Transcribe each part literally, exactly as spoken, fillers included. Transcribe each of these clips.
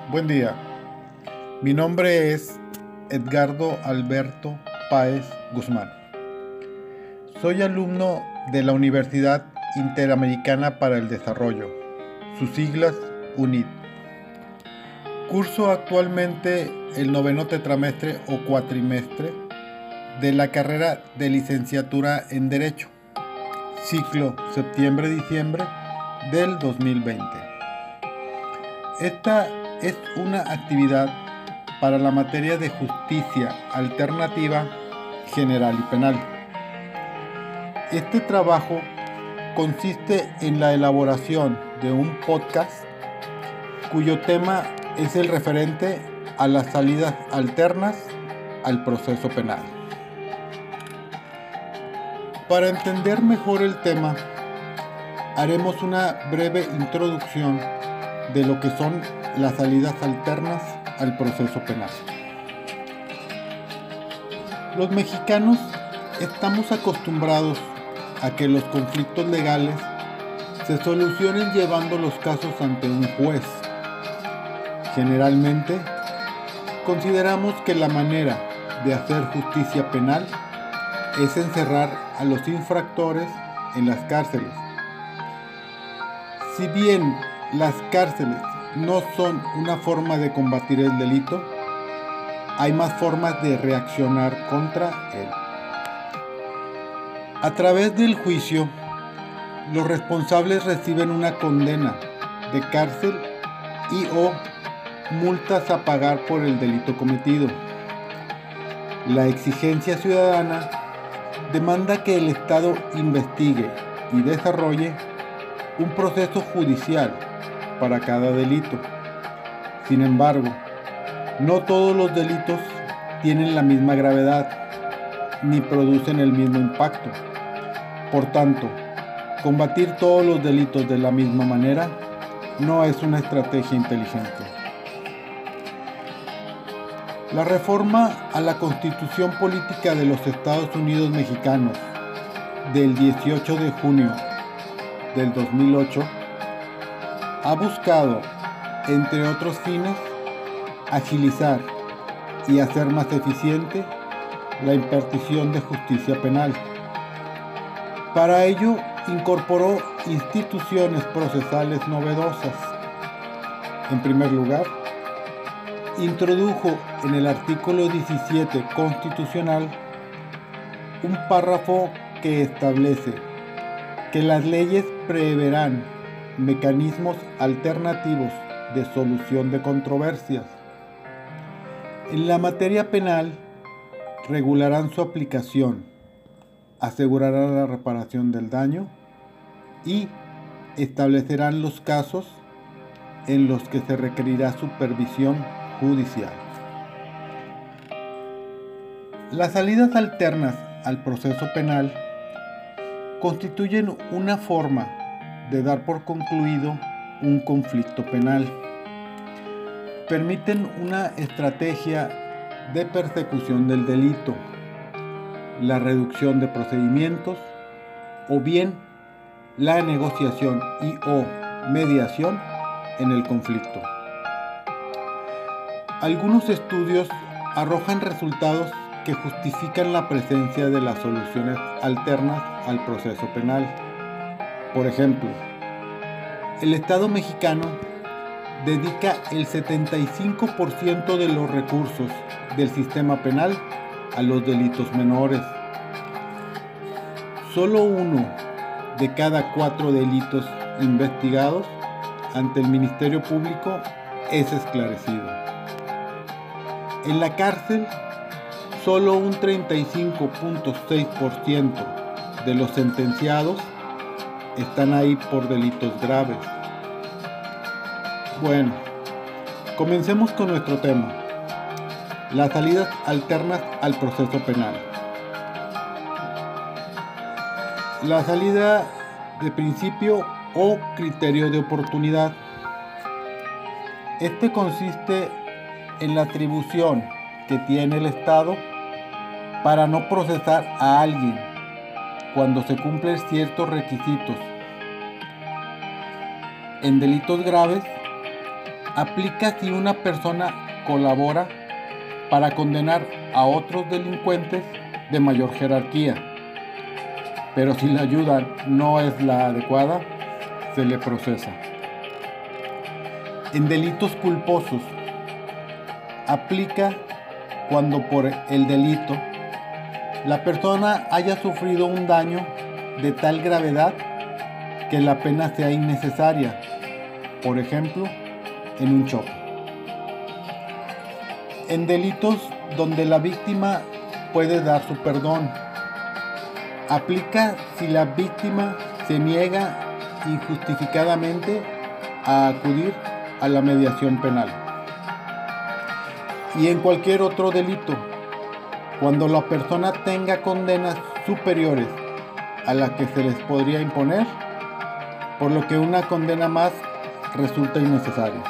Buen día, mi nombre es Edgardo Alberto Páez Guzmán. Soy alumno de la Universidad Interamericana para el Desarrollo, sus siglas U N I D. Curso actualmente el noveno tetramestre o cuatrimestre de la carrera de licenciatura en Derecho, ciclo septiembre-diciembre del dos mil veinte. Esta es una actividad para la materia de justicia alternativa, general y penal. Este trabajo consiste en la elaboración de un podcast cuyo tema es el referente a las salidas alternas al proceso penal. Para entender mejor el tema, haremos una breve introducción de lo que son las salidas alternas al proceso penal. Los mexicanos estamos acostumbrados a que los conflictos legales se solucionen llevando los casos ante un juez. Generalmente, consideramos que la manera de hacer justicia penal es encerrar a los infractores en las cárceles. Si bien las cárceles no son una forma de combatir el delito, hay más formas de reaccionar contra él. A través del juicio, los responsables reciben una condena de cárcel y o multas a pagar por el delito cometido. La exigencia ciudadana demanda que el Estado investigue y desarrolle un proceso judicial para cada delito. Sin embargo, no todos los delitos tienen la misma gravedad ni producen el mismo impacto. Por tanto, combatir todos los delitos de la misma manera no es una estrategia inteligente. La reforma a la Constitución Política de los Estados Unidos Mexicanos del dieciocho de junio del dos mil ocho ha buscado, entre otros fines, agilizar y hacer más eficiente la impartición de justicia penal. Para ello, incorporó instituciones procesales novedosas. En primer lugar, introdujo en el artículo diecisiete constitucional un párrafo que establece que las leyes preverán mecanismos alternativos de solución de controversias. En la materia penal, regularán su aplicación, asegurarán la reparación del daño y establecerán los casos en los que se requerirá supervisión judicial. Las salidas alternas al proceso penal constituyen una forma de dar por concluido un conflicto penal. Permiten una estrategia de persecución del delito, la reducción de procedimientos o bien la negociación y o mediación en el conflicto. Algunos estudios arrojan resultados que justifican la presencia de las soluciones alternas al proceso penal. Por ejemplo, el Estado mexicano dedica el setenta y cinco por ciento de los recursos del sistema penal a los delitos menores. Solo uno de cada cuatro delitos investigados ante el Ministerio Público es esclarecido. En la cárcel, solo un treinta y cinco punto seis por ciento de los sentenciados están ahí por delitos graves. Bueno, comencemos con nuestro tema, las salidas alternas al proceso penal. La salida de principio o criterio de oportunidad. Este consiste en la atribución que tiene el Estado para no procesar a alguien cuando se cumplen ciertos requisitos. En delitos graves aplica si una persona colabora para condenar a otros delincuentes de mayor jerarquía, pero si la ayuda no es la adecuada, se le procesa. En delitos culposos, aplica cuando por el delito la persona haya sufrido un daño de tal gravedad que la pena sea innecesaria, por ejemplo, en un choque. En delitos donde la víctima puede dar su perdón, aplica si la víctima se niega injustificadamente a acudir a la mediación penal. Y en cualquier otro delito, cuando la persona tenga condenas superiores a las que se les podría imponer, por lo que una condena más resulta innecesaria.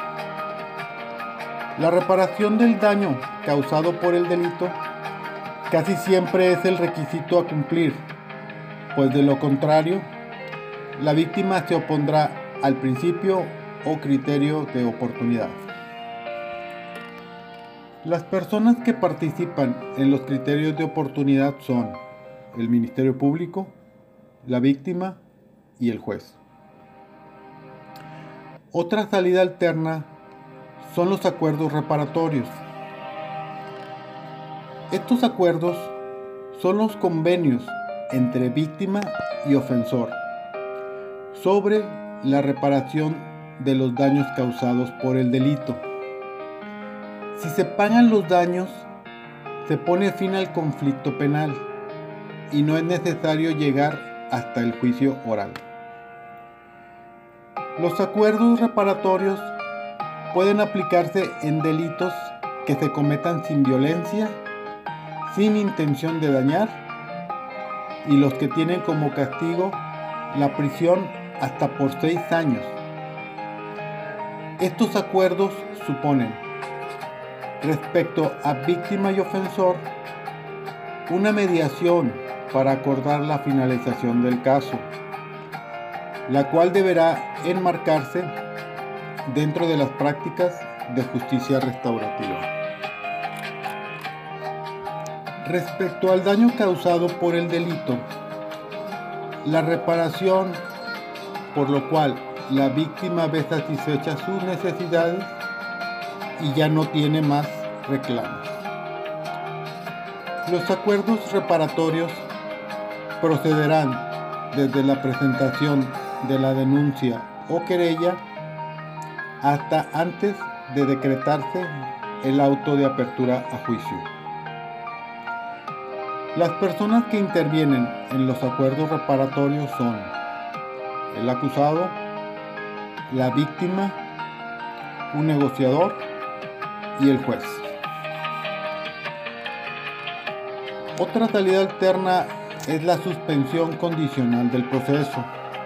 La reparación del daño causado por el delito casi siempre es el requisito a cumplir, pues de lo contrario, la víctima se opondrá al principio o criterio de oportunidad. Las personas que participan en los criterios de oportunidad son el Ministerio Público, la víctima y el juez. Otra salida alterna son los acuerdos reparatorios. Estos acuerdos son los convenios entre víctima y ofensor sobre la reparación de los daños causados por el delito. Si se pagan los daños, se pone fin al conflicto penal y no es necesario llegar hasta el juicio oral. Los acuerdos reparatorios pueden aplicarse en delitos que se cometan sin violencia, sin intención de dañar, y los que tienen como castigo la prisión hasta por seis años. Estos acuerdos suponen, respecto a víctima y ofensor, una mediación para acordar la finalización del caso, la cual deberá enmarcarse dentro de las prácticas de justicia restaurativa. Respecto al daño causado por el delito, la reparación, por lo cual la víctima ve satisfechas sus necesidades y ya no tiene más reclamos. Los acuerdos reparatorios procederán desde la presentación de la denuncia o querella hasta antes de decretarse el auto de apertura a juicio. Las personas que intervienen en los acuerdos reparatorios son el acusado, la víctima, un negociador y el juez. Otra salida alterna es la suspensión condicional del proceso.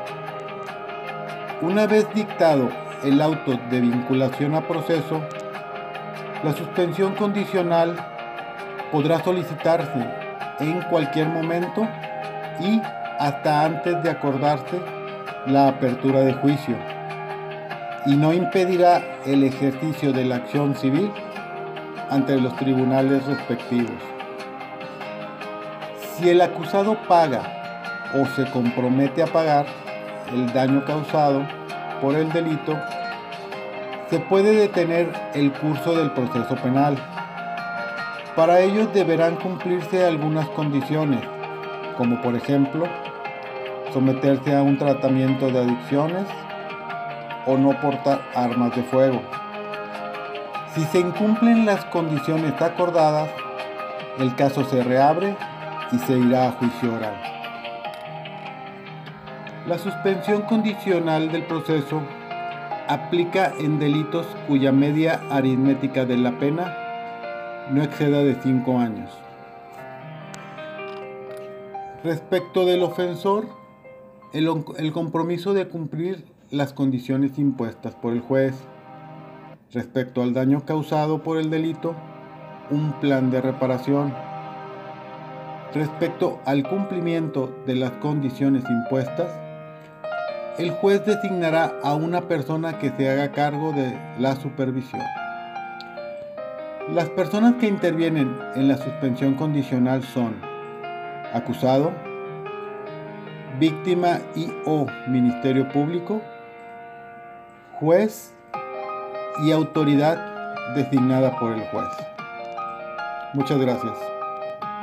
Una vez dictado el auto de vinculación a proceso, la suspensión condicional podrá solicitarse en cualquier momento y hasta antes de acordarse la apertura de juicio, y no impedirá el ejercicio de la acción civil ante los tribunales respectivos. Si el acusado paga o se compromete a pagar el daño causado por el delito, se puede detener el curso del proceso penal. Para ello deberán cumplirse algunas condiciones, como por ejemplo, someterse a un tratamiento de adicciones o no portar armas de fuego. Si se incumplen las condiciones acordadas, el caso se reabre y se irá a juicio oral. La suspensión condicional del proceso aplica en delitos cuya media aritmética de la pena no exceda de cinco años. Respecto del ofensor, el, el compromiso de cumplir las condiciones impuestas por el juez. Respecto al daño causado por el delito, un plan de reparación. Respecto al cumplimiento de las condiciones impuestas, el juez designará a una persona que se haga cargo de la supervisión. Las personas que intervienen en la suspensión condicional son acusado, víctima y o Ministerio Público, juez y autoridad designada por el juez. Muchas gracias.